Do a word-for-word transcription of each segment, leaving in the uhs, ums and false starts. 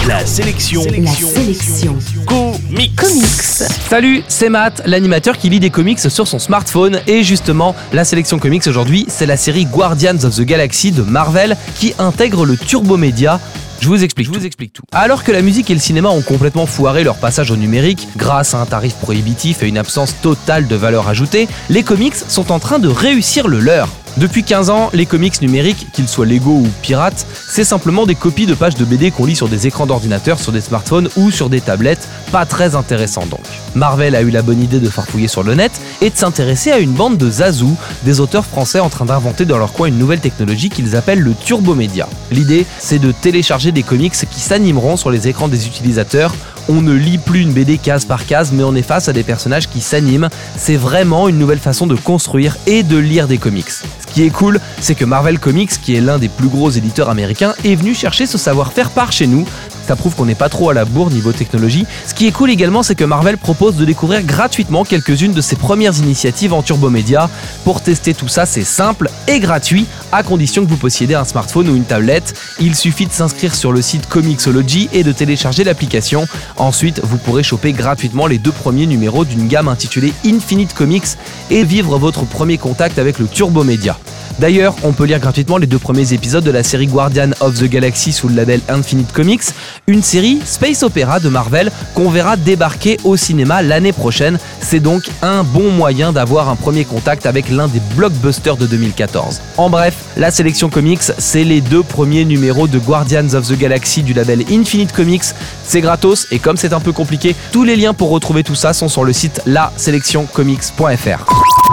La sélection. La sélection. Comics. Comics. Salut, c'est Matt, l'animateur qui lit des comics sur son smartphone. Et justement, la sélection comics aujourd'hui, c'est la série Guardians of the Galaxy de Marvel qui intègre le Turbo Media. Je vous explique, je vous explique tout. Alors que la musique et le cinéma ont complètement foiré leur passage au numérique, grâce à un tarif prohibitif et une absence totale de valeur ajoutée, les comics sont en train de réussir le leur. Depuis quinze ans, les comics numériques, qu'ils soient Lego ou pirates, c'est simplement des copies de pages de B D qu'on lit sur des écrans d'ordinateur, sur des smartphones ou sur des tablettes, pas très intéressant donc. Marvel a eu la bonne idée de farfouiller sur le net et de s'intéresser à une bande de zazous, des auteurs français en train d'inventer dans leur coin une nouvelle technologie qu'ils appellent le Turbo Media. L'idée, c'est de télécharger des comics qui s'animeront sur les écrans des utilisateurs. On ne lit plus une B D case par case, mais on est face à des personnages qui s'animent. C'est vraiment une nouvelle façon de construire et de lire des comics. Ce qui est cool, c'est que Marvel Comics, qui est l'un des plus gros éditeurs américains, est venu chercher ce savoir-faire par chez nous. Ça prouve qu'on n'est pas trop à la bourre niveau technologie. Ce qui est cool également, c'est que Marvel propose de découvrir gratuitement quelques-unes de ses premières initiatives en Turbo Media. Pour tester tout ça, c'est simple et gratuit, à condition que vous possédez un smartphone ou une tablette. Il suffit de s'inscrire sur le site Comixology et de télécharger l'application. Ensuite, vous pourrez choper gratuitement les deux premiers numéros d'une gamme intitulée Infinite Comics et vivre votre premier contact avec le Turbo Media. D'ailleurs, on peut lire gratuitement les deux premiers épisodes de la série Guardians of the Galaxy sous le label Infinite Comics, une série space opéra de Marvel qu'on verra débarquer au cinéma l'année prochaine. C'est donc un bon moyen d'avoir un premier contact avec l'un des blockbusters de deux mille quatorze. En bref, la sélection comics, c'est les deux premiers numéros de Guardians of the Galaxy du label Infinite Comics. C'est gratos et comme c'est un peu compliqué, tous les liens pour retrouver tout ça sont sur le site la sélection comics point f r.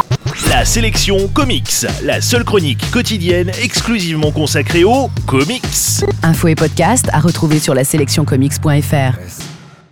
La sélection comics, la seule chronique quotidienne exclusivement consacrée aux comics. Infos et podcasts à retrouver sur la sélection comics point f r.